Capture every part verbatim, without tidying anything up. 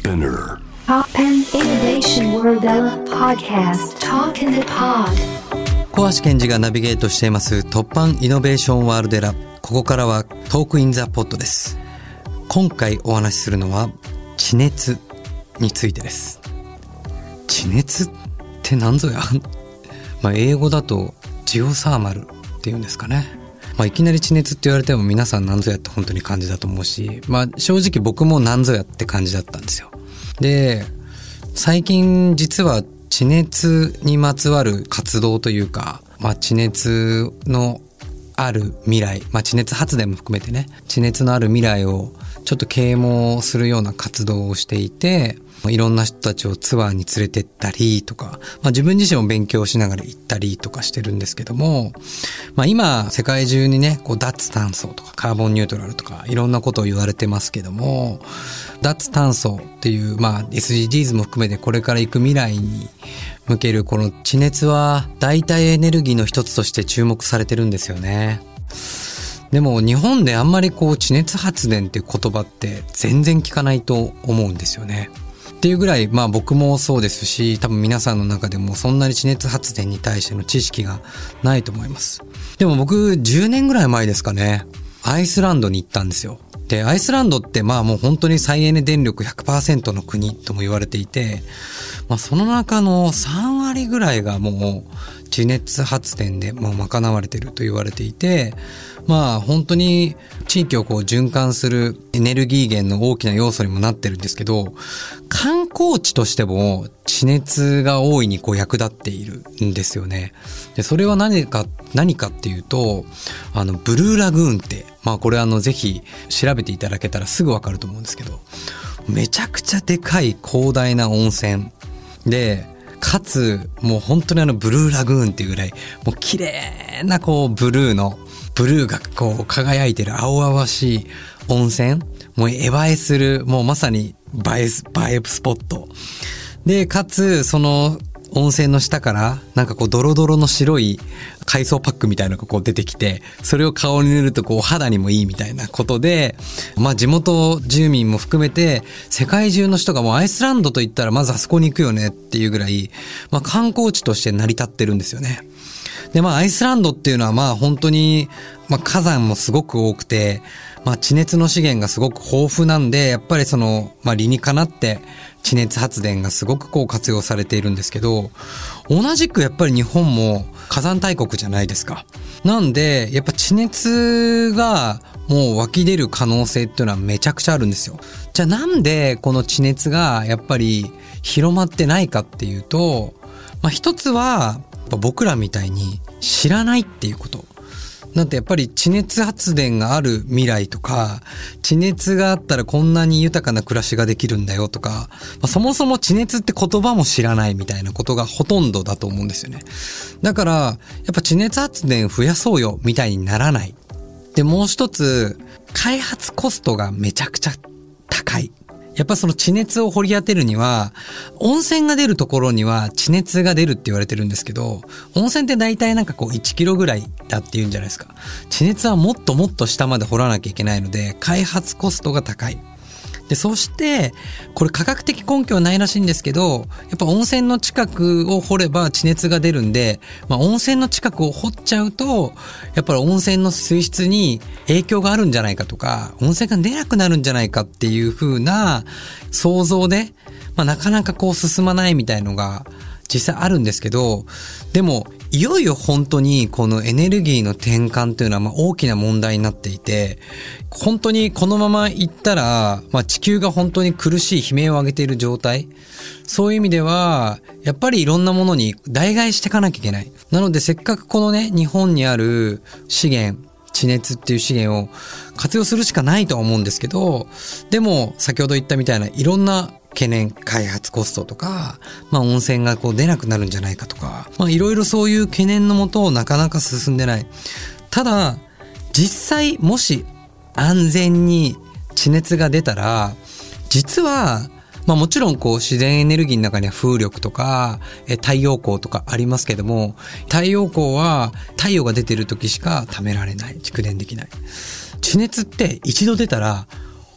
Spinner Poppen Innovation World Podcast Talk in the Pod 小橋健二がナビゲートしています突破イノベーションワールドエラ。ここからはトークインザポッドです。今回お話しするのは地熱についてです。地熱って何ぞやまあ英語だとジオサーマルっていうんですかね。まあ、いきなり地熱って言われても皆さん何ぞやって本当に感じだと思うし、まあ正直僕も何ぞやって感じだったんですよ。で、最近実は地熱にまつわる活動というか、まあ地熱のある未来、まあ地熱発電も含めてね、地熱のある未来をちょっと啓蒙するような活動をしていて、いろんな人たちをツアーに連れてったりとか、まあ自分自身も勉強しながら行ったりとかしてるんですけども、まあ今世界中にね、こう脱炭素とかカーボンニュートラルとかいろんなことを言われてますけども、脱炭素っていうまあ エスディージーズ も含めてこれから行く未来に向けるこの地熱は代替エネルギーの一つとして注目されてるんですよね。でも日本であんまりこう地熱発電っていう言葉って全然聞かないと思うんですよね。っていうぐらいまあ僕もそうですし、多分皆さんの中でもそんなに地熱発電に対しての知識がないと思います。でも僕じゅうねんぐらい前ですかね、アイスランドに行ったんですよ。で、アイスランドってまあもう本当に再エネ電力 ひゃくパーセント の国とも言われていて、まあその中のさんわりぐらいがもう地熱発電でもう賄われていると言われていて、まあ本当に地域をこう循環するエネルギー源の大きな要素にもなってるんですけど、観光地としても地熱が大いにこう役立っているんですよね。で、それは何か、何かっていうと、あの、ブルーラグーンって、まあこれあの、ぜひ調べていただけたらすぐわかると思うんですけど、めちゃくちゃでかい広大な温泉で、かつもう本当にあのブルーラグーンっていうぐらい、もう綺麗なこうブルーの、ブルーがこう輝いてる青々しい温泉、もう絵映えする、もうまさに映え、映えスポット。で、かつその温泉の下からなんかこうドロドロの白い海藻パックみたいなのがこう出てきて、それを顔に塗るとこう肌にもいいみたいなことで、まあ地元住民も含めて世界中の人がもうアイスランドと言ったらまずあそこに行くよねっていうぐらい、まあ観光地として成り立ってるんですよね。で、まあアイスランドっていうのはまあ本当に、まあ火山もすごく多くて、まあ地熱の資源がすごく豊富なんで、やっぱりその、まあ理にかなって地熱発電がすごくこう活用されているんですけど、同じくやっぱり日本も火山大国じゃないですか。なんで、やっぱ地熱がもう湧き出る可能性っていうのはめちゃくちゃあるんですよ。じゃあなんでこの地熱がやっぱり広まってないかっていうと、まあ一つは、僕らみたいに知らないっていうこと。なんてやっぱり地熱発電がある未来とか、地熱があったらこんなに豊かな暮らしができるんだよとか、まあ、そもそも地熱って言葉も知らないみたいなことがほとんどだと思うんですよね。だからやっぱ地熱発電増やそうよみたいにならない。で、もう一つ、開発コストがめちゃくちゃ高い。やっぱその地熱を掘り当てるには、温泉が出るところには地熱が出るって言われてるんですけど、温泉って大体なんかこういちキロぐらいだって言うんじゃないですか。地熱はもっともっと下まで掘らなきゃいけないので、開発コストが高い。で、そして、これ科学的根拠はないらしいんですけど、やっぱ温泉の近くを掘れば地熱が出るんで、まあ温泉の近くを掘っちゃうと、やっぱり温泉の水質に影響があるんじゃないかとか、温泉が出なくなるんじゃないかっていう風な想像で、まあなかなかこう進まないみたいのが実際あるんですけど、でも、いよいよ本当にこのエネルギーの転換というのはまあ大きな問題になっていて、本当にこのままいったら、まあ地球が本当に苦しい悲鳴を上げている状態。そういう意味では、やっぱりいろんなものに代替していかなきゃいけない。なのでせっかくこのね、日本にある資源、地熱っていう資源を活用するしかないとは思うんですけど、でも先ほど言ったみたいないろんな懸念、開発コストとか、まあ温泉がこう出なくなるんじゃないかとか、まあいろいろそういう懸念のもとなかなか進んでない。ただ、実際もし安全に地熱が出たら、実は、まあもちろんこう自然エネルギーの中には風力とか太陽光とかありますけども、太陽光は太陽が出てる時しか貯められない、蓄電できない。地熱って一度出たら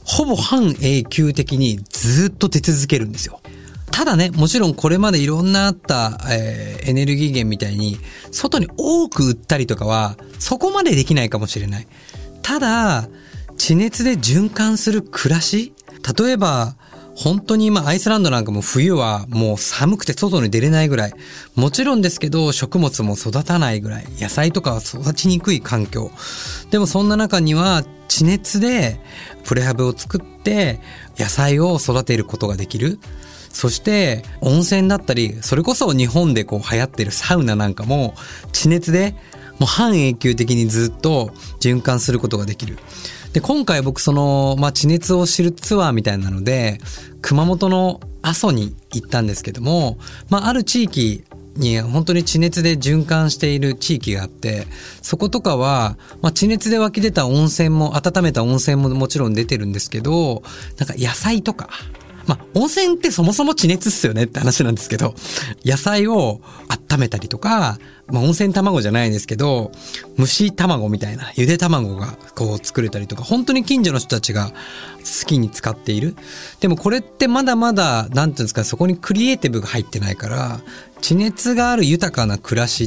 ほぼ半永久的にずっと出続けるんですよ。ただね、もちろんこれまでいろんなあった、えー、エネルギー源みたいに外に多く売ったりとかはそこまでできないかもしれない。ただ地熱で循環する暮らし、例えば本当に今アイスランドなんかも冬はもう寒くて外に出れないぐらい、もちろんですけど食物も育たないぐらい、野菜とかは育ちにくい環境でも、そんな中には地熱でプレハブを作って野菜を育てることができる。そして温泉だったり、それこそ日本でこう流行ってるサウナなんかも地熱でもう半永久的にずっと循環することができる。で、今回僕その、まあ、地熱を知るツアーみたいなので熊本の阿蘇に行ったんですけども、まあ、ある地域に本当に地熱で循環している地域があって、そことかは、まあ、地熱で湧き出た温泉も、温めた温泉ももちろん出てるんですけど、なんか野菜とか、まあ、温泉ってそもそも地熱っすよねって話なんですけど、野菜を温めたりとか、まあ、温泉卵じゃないですけど、蒸し卵みたいな、ゆで卵がこう作れたりとか、本当に近所の人たちが好きに使っている。でもこれってまだまだ、なんていうんですか、そこにクリエイティブが入ってないから、地熱がある豊かな暮らしって、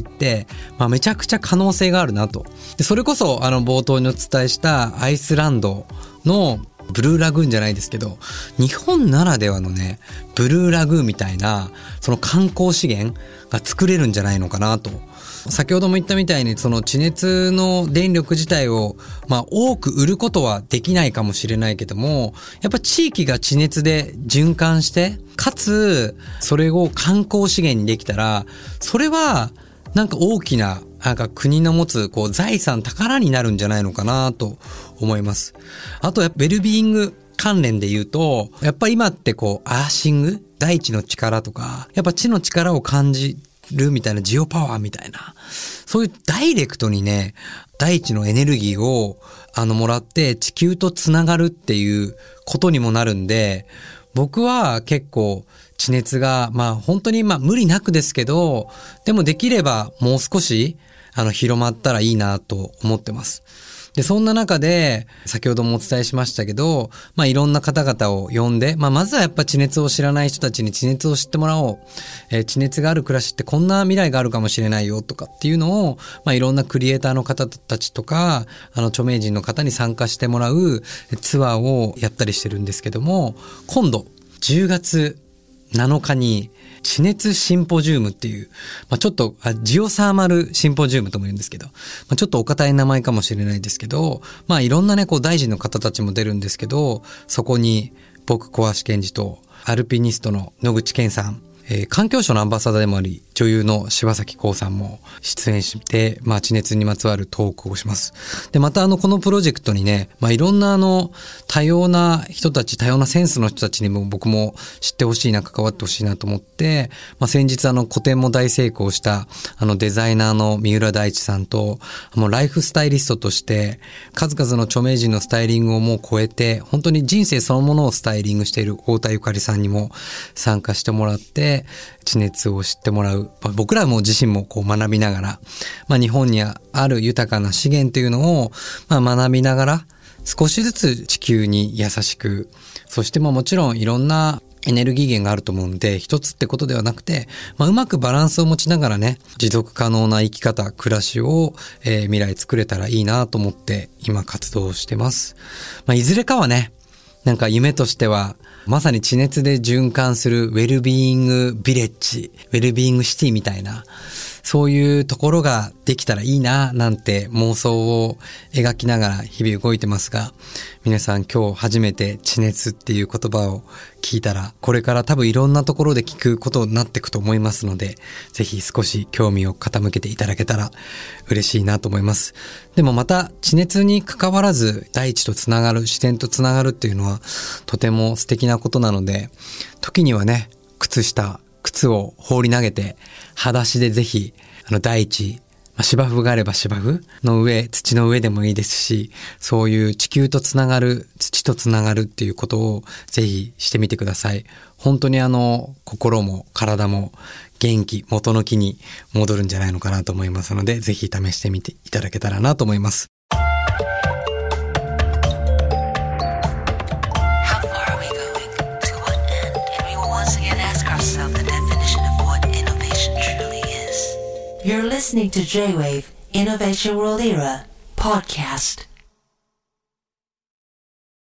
まあ、めちゃくちゃ可能性があるなと。で、それこそあの冒頭にお伝えしたアイスランドのブルーラグーンじゃないですけど、日本ならではのね、ブルーラグーンみたいなその観光資源が作れるんじゃないのかなと。先ほども言ったみたいに、その地熱の電力自体をまあ多く売ることはできないかもしれないけども、やっぱ地域が地熱で循環して、かつそれを観光資源にできたら、それはなんか大きななんか国の持つこう財産、宝になるんじゃないのかなと思います。あとやっぱウェルビーイング関連で言うと、やっぱ今ってこうアーシング、大地の力とか、やっぱ地の力を感じるみたいな、ジオパワーみたいな、そういうダイレクトにね、大地のエネルギーをあのもらって地球とつながるっていうことにもなるんで、僕は結構地熱がまあ本当にまあ無理なくですけど、でもできればもう少しあの広まったらいいなと思ってます。で、そんな中で先ほどもお伝えしましたけど、まあいろんな方々を呼んで、まあまずはやっぱ地熱を知らない人たちに地熱を知ってもらおう。えー、地熱がある暮らしってこんな未来があるかもしれないよとかっていうのを、まあいろんなクリエイターの方たちとか、あの著名人の方に参加してもらうツアーをやったりしてるんですけども、今度じゅうがつなのかに地熱シンポジウムっていう、まあ、ちょっとあジオサーマルシンポジウムとも言うんですけど、まあ、ちょっとお堅い名前かもしれないですけど、まあいろんなねこう大臣の方たちも出るんですけど、そこに僕小橋健二とアルピニストの野口健さん、えー、環境省のアンバサダーでもあり女優の柴咲コウさんも出演して、まあ、地熱にまつわるトークをします。で、またあのこのプロジェクトにね、まあ、いろんなあの多様な人たち、多様なセンスの人たちにも僕も知ってほしいな、関わってほしいなと思って、まあ、先日あの個展も大成功したあのデザイナーの三浦大知さんと、もうライフスタイリストとして数々の著名人のスタイリングをもう超えて本当に人生そのものをスタイリングしている太田ゆかりさんにも参加してもらって地熱を知ってもらう。僕らも自身もこう学びながら、まあ、日本にある豊かな資源というのをまあ学びながら少しずつ地球に優しく、そしてまあもちろんいろんなエネルギー源があると思うんで、一つってことではなくて、まあ、うまくバランスを持ちながらね、持続可能な生き方、暮らしを、えー、未来作れたらいいなと思って今活動してます。まあ、いずれかはね、なんか夢としてはまさに地熱で循環するウェルビーイングビレッジ、ウェルビーイングシティみたいな、そういうところができたらいいななんて妄想を描きながら日々動いてますが、皆さん今日初めて地熱っていう言葉を聞いたら、これから多分いろんなところで聞くことになっていくと思いますので、ぜひ少し興味を傾けていただけたら嬉しいなと思います。でもまた地熱に関わらず大地とつながる、自然とつながるっていうのはとても素敵なことなので、時にはね、靴下、靴を放り投げて裸足でぜひあの大地、まあ、芝生があれば芝生の上、土の上でもいいですし、そういう地球とつながる、土とつながるっていうことをぜひしてみてください。本当にあの心も体も元気、元の木に戻るんじゃないのかなと思いますので、ぜひ試してみていただけたらなと思います。 You're listening to J-Wave Innovation World Era podcast.